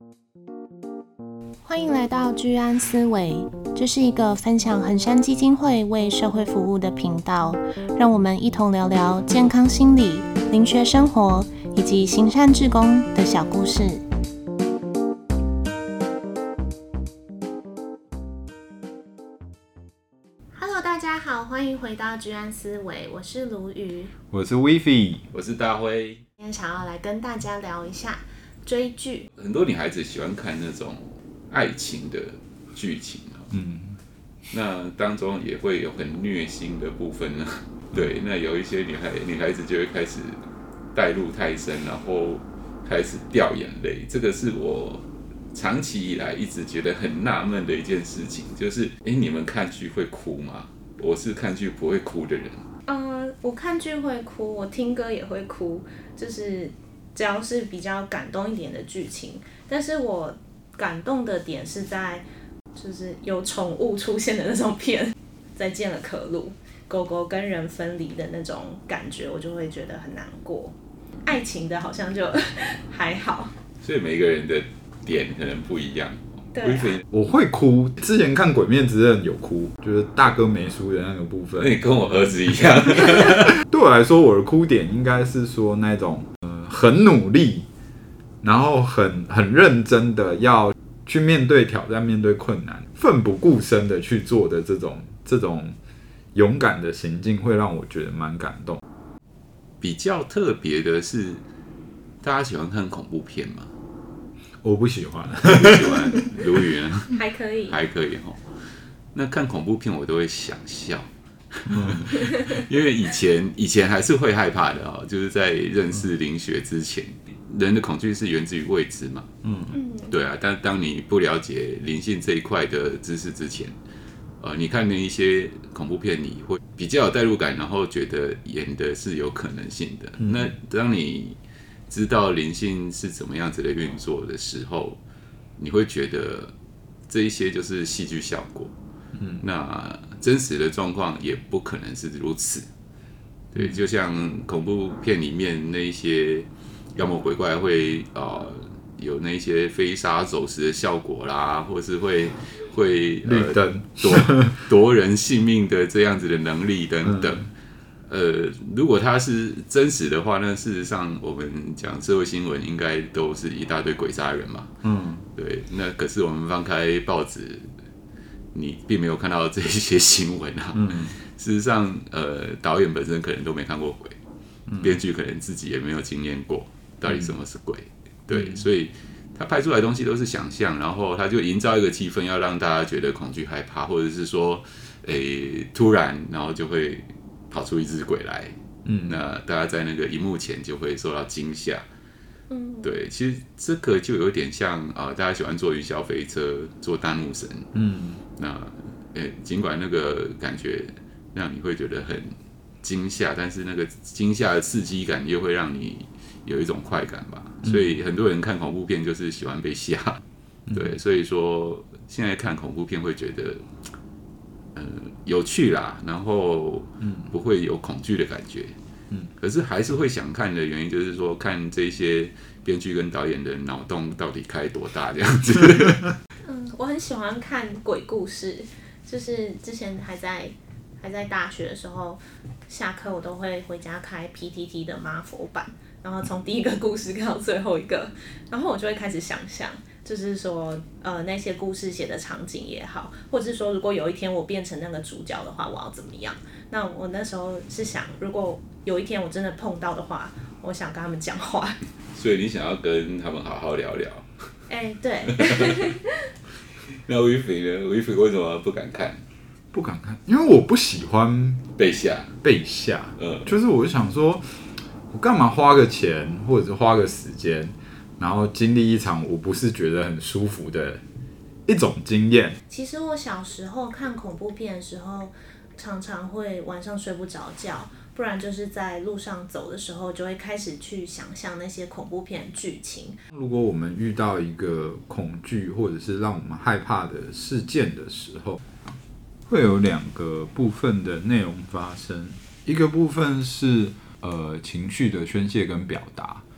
欢迎来到居安思维，这是一个分享衡山基金会为社会服务的频道，让我们一同聊聊健康心理、灵学生活以及行善志工的小故事。Hello， 大家好，欢迎回到居安思维，我是卢瑜， 我是 Wifi， 我是大辉。 今天想要来跟大家聊一下追剧。 很多女孩子喜欢看那种爱情的剧情，那当中也会有很虐心的部分呢。对，那有一些女孩子就会开始带入太深，然后开始掉眼泪。这个是我长期以来一直觉得很纳闷的一件事情，就是你们看剧会哭吗？我是看剧不会哭的人。 我看剧会哭，我听歌也会哭，就是只要是比较感动一点的剧情。但是我感动的点是在就是有宠物出现的那种片，再见了可露，狗狗跟人分离的那种感觉，我就会觉得很难过。爱情的好像就还好， 所以每个人的点可能不一样。 对啊， 我会哭。之前看《鬼灭之刃》有哭，就是大哥没输的那个部分。 那你跟我儿子一样。 对我来说，我的哭点应该是说那种很努力，然后很认真的要去面对挑战、面对困难，奋不顾身的去做的这种勇敢的行径，会让我觉得蛮感动。 比较特别的是，大家喜欢看恐怖片吗？ 我不喜欢， 不喜欢。鲈鱼呢？ 还可以， 还可以齁。那看恐怖片我都会想笑，因为以前还是会害怕的哦，就是在认识灵学之前，人的恐惧是源自于未知嘛。对啊。但当你不了解灵性这一块的知识之前，你看那一些恐怖片，你会比较有代入感，然后觉得演的是有可能性的。那当你知道灵性是怎么样子的运作的时候，你会觉得这一些就是戏剧效果。那真实的状况也不可能是如此。对，就像恐怖片里面那一些妖魔鬼怪会有那些飞沙走石的效果啦，或是会绿灯夺人性命的这样子的能力等等。如果它是真实的话，那事实上我们讲社会新闻应该都是一大堆鬼杀人嘛。对。那可是我们翻开报纸，你并没有看到这些新闻啊。事实上，导演本身可能都没看过鬼，编剧可能自己也没有经验过到底什么是鬼。对，所以他拍出来的东西都是想象，然后他就营造一个气氛，要让大家觉得恐惧害怕，或者是说，突然然后就会跑出一只鬼来，那大家在那个荧幕前就会受到惊吓。对，其实这个就有点像大家喜欢坐云霄飞车、坐大怒神，那尽管那个感觉让你会觉得很惊吓，但是那个惊吓的刺激感又会让你有一种快感吧。所以很多人看恐怖片就是喜欢被吓。对，所以说现在看恐怖片会觉得有趣啦，然后不会有恐惧的感觉。可是还是会想看的原因就是说，看这些编剧跟导演的脑洞到底开多大这样子。 我很喜欢看鬼故事，就是之前还在大学的时候，下课我都会回家开 PTT 的妈佛版，然后从第一个故事看到最后一个，然后我就会开始想象，就是说那些故事写的场景也好，或者是说如果有一天我变成那个主角的话，我要怎么样？那我那时候是想，如果有一天我真的碰到的话，我想跟他们讲话。 所以你想要跟他们好好聊聊。 对。 那Wifi呢？Wifi为什么不敢看？ 不敢看，因为我不喜欢被吓。 就是我就想说，我干嘛花个钱或者是花个时间，然后经历一场我不是觉得很舒服的一种经验。 其实我小时候看恐怖片的时候，常常会晚上睡不着觉，不然就是在路上走的时候，就会开始去想象那些恐怖片剧情。 如果我们遇到一个恐惧或者是让我们害怕的事件的时候，会有两个部分的内容发生。一个部分是情绪的宣泄跟表达，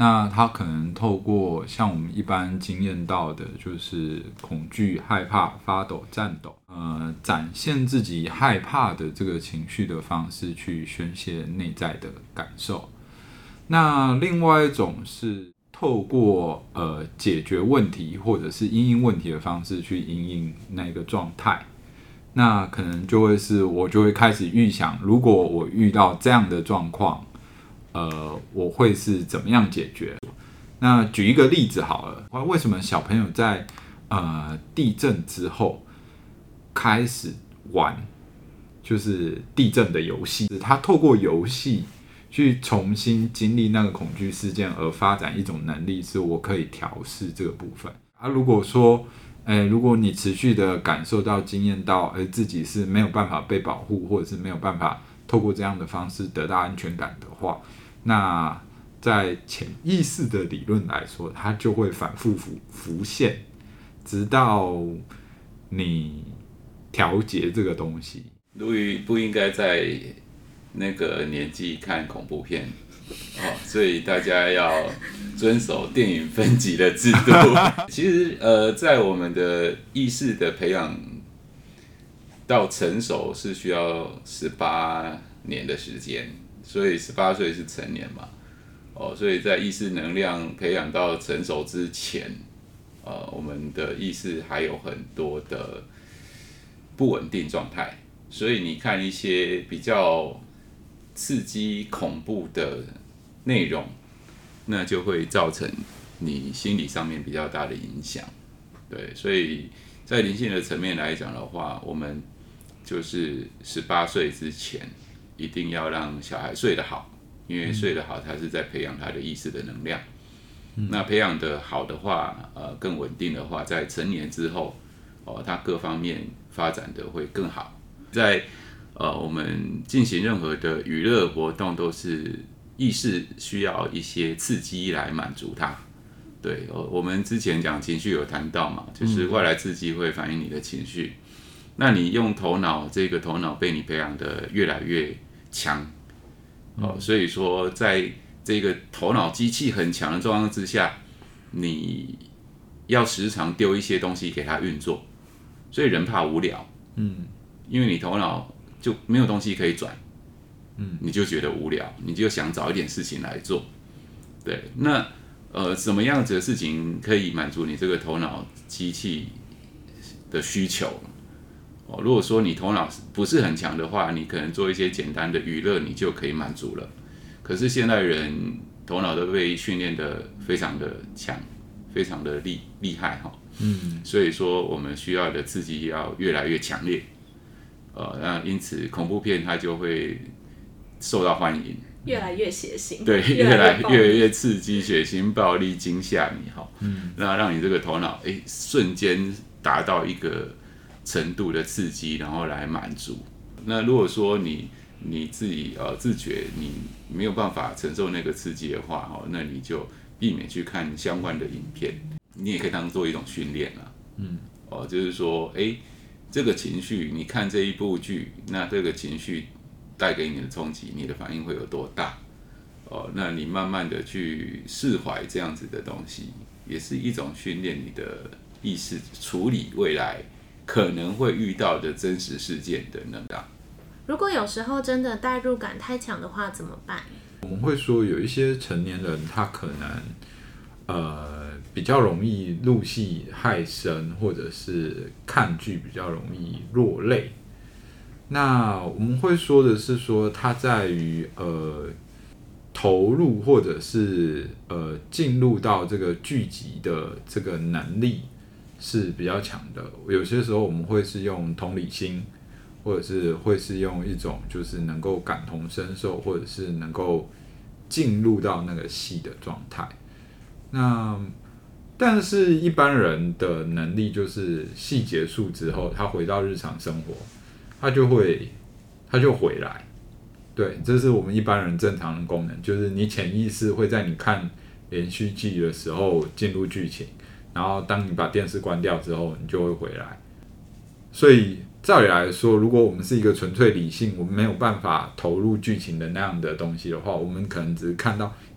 那他可能透过像我们一般经验到的，就是恐惧、害怕、发抖、颤抖，展现自己害怕的这个情绪的方式去宣泄内在的感受。那另外一种是透过解决问题或者是因应问题的方式去因应那个状态。那可能就会是我就会开始预想，如果我遇到这样的状况，我会是怎么样解决？那举一个例子好了，为什么小朋友在地震之后开始玩就是地震的游戏？他透过游戏去重新经历那个恐惧事件，而发展一种能力，是我可以调试这个部分。如果说如果你持续的感受到、经验到，自己是没有办法被保护，或者是没有办法透过这样的方式得到安全感的话，那在潜意识的理论来说，它就会反复浮现，直到你调节这个东西。 路易不应该在那个年纪看恐怖片。所以大家要遵守电影分级的制度。其实在我们的意识的培养到成熟是需要18年的时间，所以18岁是成年嘛。所以在意识能量培养到成熟之前，我们的意识还有很多的不稳定状态，所以你看一些比较刺激恐怖的内容，那就会造成你心理上面比较大的影响。对，所以在灵性的层面来讲的话，我们就是18岁之前一定要让小孩睡得好，因为睡得好，他是在培养他的意识的能量。那培养得好的话，更稳定的话，在成年之后，他各方面发展的会更好。在我们进行任何的娱乐活动，都是意识需要一些刺激来满足它。对，我们之前讲情绪有谈到嘛，就是外来刺激会反映你的情绪。那你用头脑，这个头脑被你培养的越来越强，所以说在这个头脑机器很强的状况之下，你要时常丢一些东西给它运作，所以人怕无聊，因为你头脑就没有东西可以转，你就觉得无聊，你就想找一点事情来做。对，那什么样子的事情可以满足你这个头脑机器的需求？如果说你头脑不是很强的话，你可能做一些简单的娱乐，你就可以满足了。可是现代人头脑都被训练得非常的强，非常的厉害哈。所以说我们需要的刺激要越来越强烈。那因此恐怖片它就会受到欢迎， 越来越血腥， 对，越来越刺激、血腥、暴力、惊吓你哈，那让你这个头脑瞬间达到一个程度的刺激，然后来满足。那如果说你自己自觉你没有办法承受那个刺激的话，那你就避免去看相关的影片，你也可以当做一种训练啦。就是说，这个情绪，你看这一部剧，那这个情绪带给你的冲击，你的反应会有多大？那你慢慢的去释怀这样子的东西，也是一种训练你的意识处理未来可能会遇到的真实事件的能量。 如果有时候真的代入感太强的话，怎么办？ 我们会说有一些成年人，他可能比较容易入戏害身，或者是看剧比较容易落泪。那我们会说的是说，他在于投入或者是进入到这个剧集的这个能力是比较强的。有些时候我们会是用同理心，或者是会是用一种就是能够感同身受，或者是能够进入到那个戏的状态。那但是一般人的能力就是戏结束之后，他回到日常生活，他就回来。对，这是我们一般人正常的功能，就是你潜意识会在你看连续剧的时候进入剧情，然后当你把电视关掉之后，你就会回来。所以照理来说，如果我们是一个纯粹理性，我们没有办法投入剧情的那样的东西的话，我们可能只是看到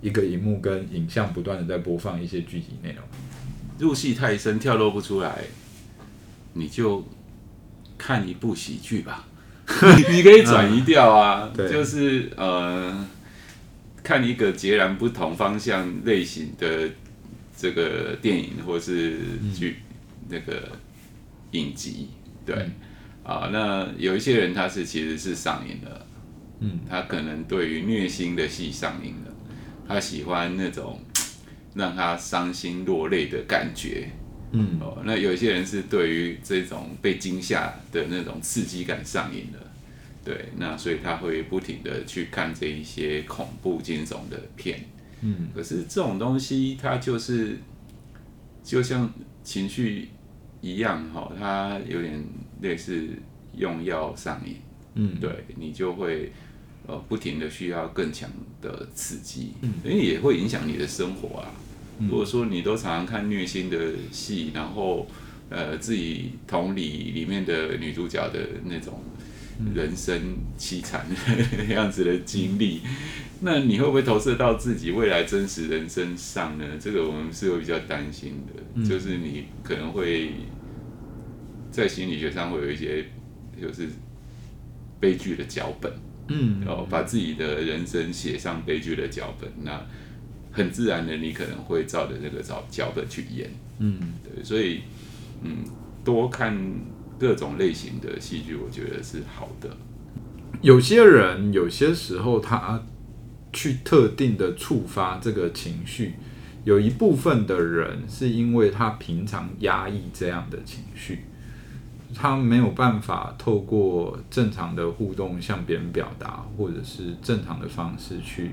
一个荧幕跟影像不断的在播放一些剧集内容。 入戏太深，跳脱不出来，你就看一部喜剧吧。你可以转移掉啊，就是看一个截然不同方向类型的这个电影或是剧、那个影集，对。那有一些人他其实是上瘾了，他可能对于虐心的戏上瘾了，他喜欢那种让他伤心落泪的感觉，那有一些人是对于这种被惊吓的那种刺激感上瘾了，对，那所以他会不停的去看这一些恐怖惊悚的片，可是这种东西它就是就像情绪一样，它有点类似用药上瘾，对，你就会不停的需要更强的刺激，因为也会影响你的生活啊。如果说你都常常看虐心的戏，然后自己同理里面的女主角的那种人生凄惨的样子的经历，那你会不会投射到自己未来真实人生上呢？这个我们是会比较担心的，就是你可能会在心理学上会有一些就是悲剧的脚本，把自己的人生写上悲剧的脚本，那很自然的你可能会照着这个脚本去演，对，所以多看各种类型的戏剧，我觉得是好的。 有些人有些时候他去特定的触发这个情绪，有一部分的人是因为他平常压抑这样的情绪，他没有办法透过正常的互动向别人表达，或者是正常的方式去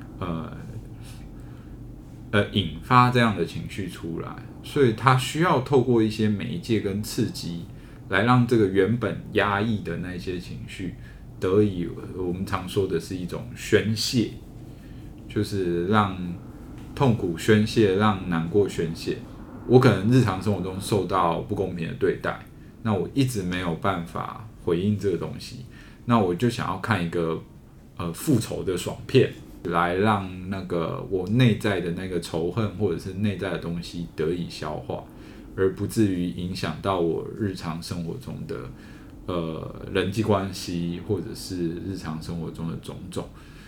引发这样的情绪出来，所以他需要透过一些媒介跟刺激，来让这个原本压抑的那些情绪得以我们常说的是一种宣泄，就是让痛苦宣泄，让难过宣泄。我可能日常生活中受到不公平的对待，那我一直没有办法回应这个东西，那我就想要看一个复仇的爽片，来让那个我内在的那个仇恨或者是内在的东西得以消化，而不至于影响到我日常生活中的人际关系或者是日常生活中的种种。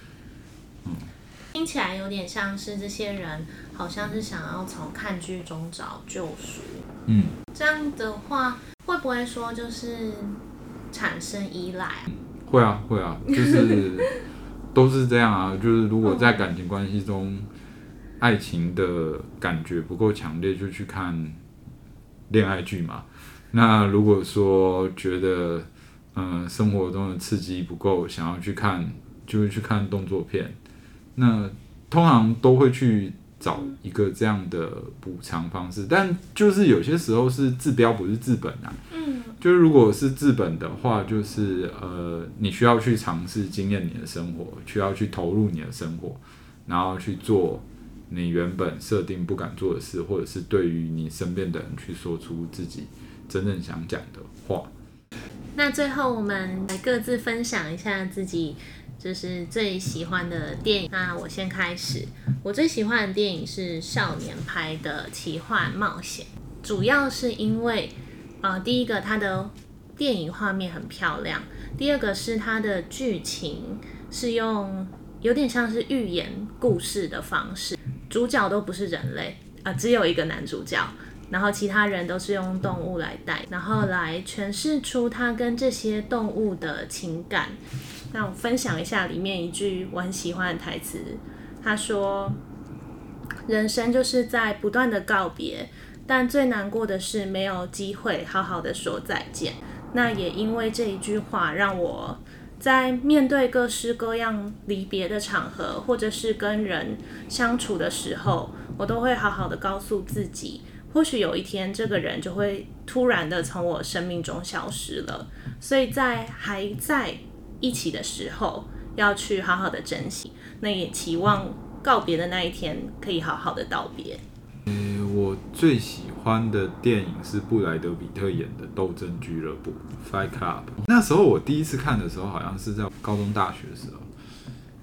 听起来有点像是这些人好像是想要从看剧中找救赎。这样的话会不会说就是产生依赖？ 会啊，就是都是这样啊。就是如果在感情关系中，爱情的感觉不够强烈，就去看恋爱剧嘛。那如果说觉得生活中的刺激不够，想要去看，就会去看动作片。那通常都会去找一个这样的补偿方式，但就是有些时候是治标不是治本啊。就是如果是治本的话，就是你需要去尝试经验你的生活，需要去投入你的生活，然后去做你原本设定不敢做的事，或者是对于你身边的人去说出自己真正想讲的话。 那最后我们来各自分享一下自己就是最喜欢的电影。那我先开始，我最喜欢的电影是少年拍的奇幻冒险，主要是因为第一个它的电影画面很漂亮，第二个是它的剧情是用有点像是寓言故事的方式，主角都不是人类只有一个男主角，然后其他人都是用动物来带，然后来诠释出他跟这些动物的情感。那我分享一下里面一句我很喜欢的台词，他说：人生就是在不断的告别，但最难过的是没有机会好好的说再见。那也因为这一句话，让我在面对各式各样离别的场合，或者是跟人相处的时候，我都会好好的告诉自己，或许有一天这个人就会突然的从我生命中消失了，所以在还在一起的时候要去好好的珍惜，那也期望告别的那一天可以好好的道别。 我最喜欢的电影是布莱德比特演的《斗争俱乐部》（Fight Club）。那时候我第一次看的时候，好像是在高中大学的时候，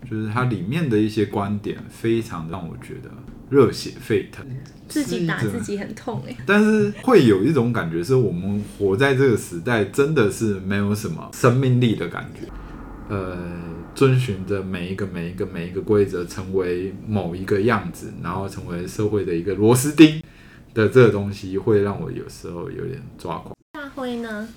就是它里面的一些观点非常让我觉得热血沸腾， 自己打自己很痛哎。 但是会有一种感觉是我们活在这个时代真的是没有什么生命力的感觉，遵循着每一个规则，成为某一个样子，然后成为社会的一个螺丝钉的这个东西，会让我有时候有点抓狂。 大辉呢？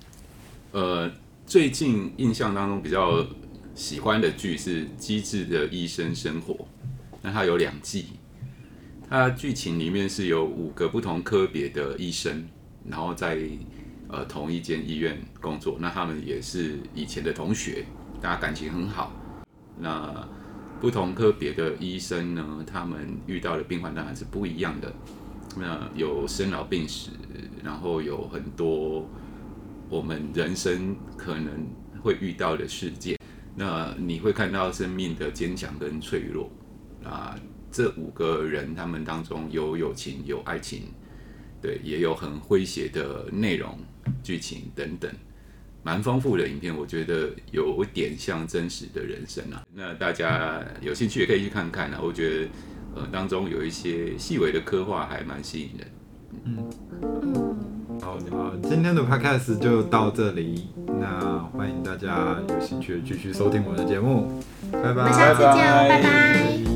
最近印象当中比较喜欢的剧是《机智的医生生活》，那它有2季，它剧情里面是有5个不同科别的医生，然后在同一间医院工作，那他们也是以前的同学，大家感情很好。那不同科别的医生呢，他们遇到的病患当然是不一样的。那有生老病死，然后有很多我们人生可能会遇到的事件。那你会看到生命的坚强跟脆弱。这5个人他们当中有友情，有爱情，对，也有很诙谐的内容、剧情等等。蛮丰富的影片，我觉得有点像真实的人生啊。那大家有兴趣也可以去看看啊。我觉得当中有一些细微的刻画还蛮吸引人。 好，今天的 podcast 就到这里。那欢迎大家有兴趣的继续收听我的节目。拜拜， 我们下次见哦，拜拜。